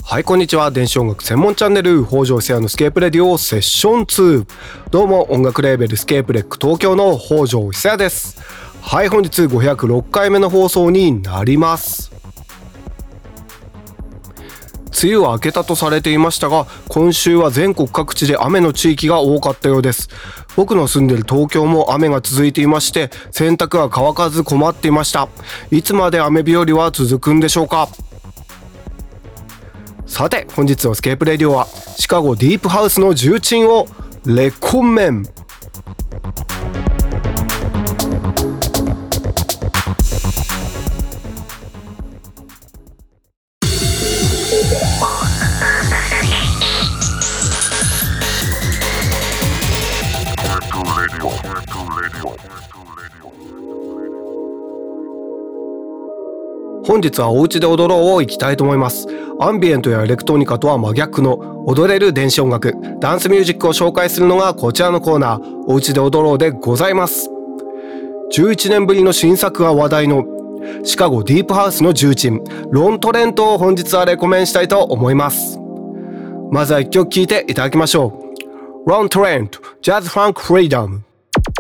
はい、こんにちは。電子音楽専門チャンネル北条聖也のスケープレディオセッション2。どうも、音楽レーベルスケープレック東京の北条聖也です。はい、本日506回目の放送になります。梅雨は明けたとされていましたが、今週は全国各地で雨の地域が多かったようです。僕の住んでいる東京も雨が続いていまして、洗濯は乾かず困っていました。いつまで雨日和は続くんでしょうか。さて、本日のスケープレディオはシカゴディープハウスの重鎮をレコメン。本日はおうちで踊ろうを行きたいと思います。アンビエントやエレクトロニカとは真逆の踊れる電子音楽、ダンスミュージックを紹介するのがこちらのコーナー、おうちで踊ろうでございます。11年ぶりの新作が話題のシカゴディープハウスの重鎮、ロン・トレントを本日はレコメンしたいと思います。まずは一曲聴いていただきましょう。ロン・トレント、ジャズ・ファンク・フリーダム。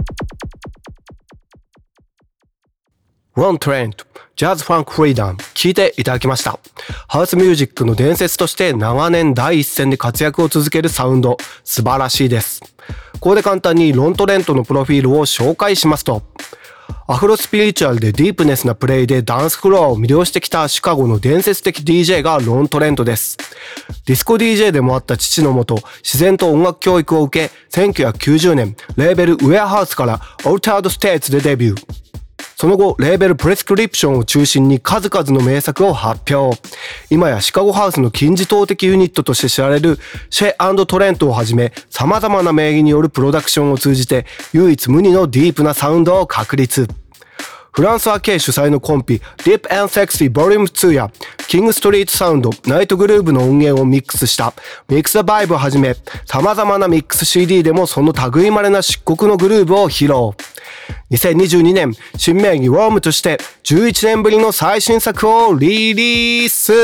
ロン・トレント、ジャズ・ファンク・フリーダム、聴いていただきました。ハウスミュージックの伝説として長年第一線で活躍を続けるサウンド、素晴らしいです。ここで簡単にロン・トレントのプロフィールを紹介しますと、アフロスピリチュアルでディープネスなプレイでダンスフロアを魅了してきたシカゴの伝説的 DJ がロン・トレントです。ディスコ DJ でもあった父のもと、自然と音楽教育を受け、1990年、レーベルウェアハウスからオルタードステーツでデビュー。その後、レーベルプレスクリプションを中心に数々の名作を発表。今やシカゴハウスの金字塔的ユニットとして知られるシェ&トレントをはじめ、様々な名義によるプロダクションを通じて唯一無二のディープなサウンドを確立。フランスア系主催のコンピ Deep and Sexy Vol. 2やキングストリートサウンド、ナイトグルーヴの音源をミックスしたミックスバイブをはじめ、様々なミックス CD でもその類まれな漆黒のグルーヴを披露。2022年、新名義 WORM として11年ぶりの最新作をリリース。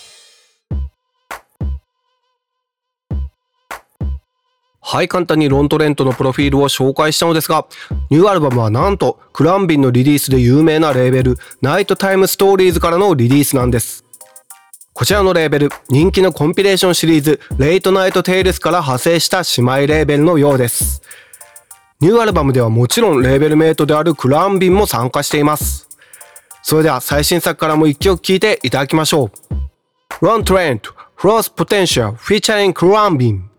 はい、簡単にロン・トレントのプロフィールを紹介したのですが、ニューアルバムはなんとクランビンのリリースで有名なレーベルナイトタイムストーリーズからのリリースなんです。こちらのレーベル、人気のコンピレーションシリーズレイトナイトテイルスから派生した姉妹レーベルのようです。ニューアルバムではもちろんレーベルメイトであるクランビンも参加しています。それでは最新作からも一曲聴いていただきましょう。ロン・トレント、フロス・ポテンシャル、フィーチャリング・クランビン。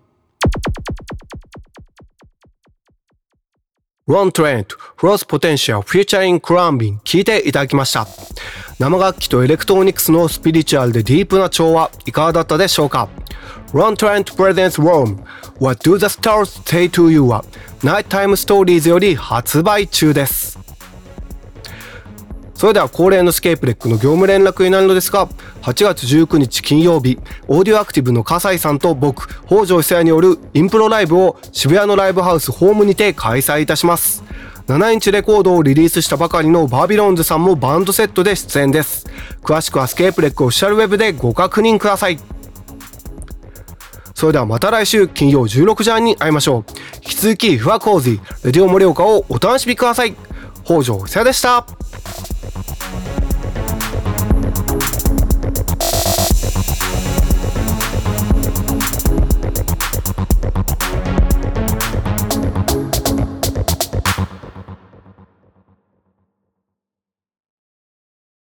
ロン・トレント、フロス・ポテンシャル、フューチャリング・クランビン、聴いていただきました。生楽器とエレクトロニクスのスピリチュアルでディープな調和、いかがだったでしょうか。ロン・トレント presents WORM What Do the Stars Say to You はナイトタイムストーリーズより発売中です。それでは恒例のスケープレックの業務連絡になるのですが、8月19日金曜日、オーディオアクティブの笠井さんと僕、北条久也によるインプロライブを渋谷のライブハウスホームにて開催いたします。7インチレコードをリリースしたばかりのバビロンズさんもバンドセットで出演です。詳しくはスケープレックオフィシャルウェブでご確認ください。それではまた来週金曜16時半に会いましょう。引き続きフワコージー、レディオ盛岡をお楽しみください。北条久也でした。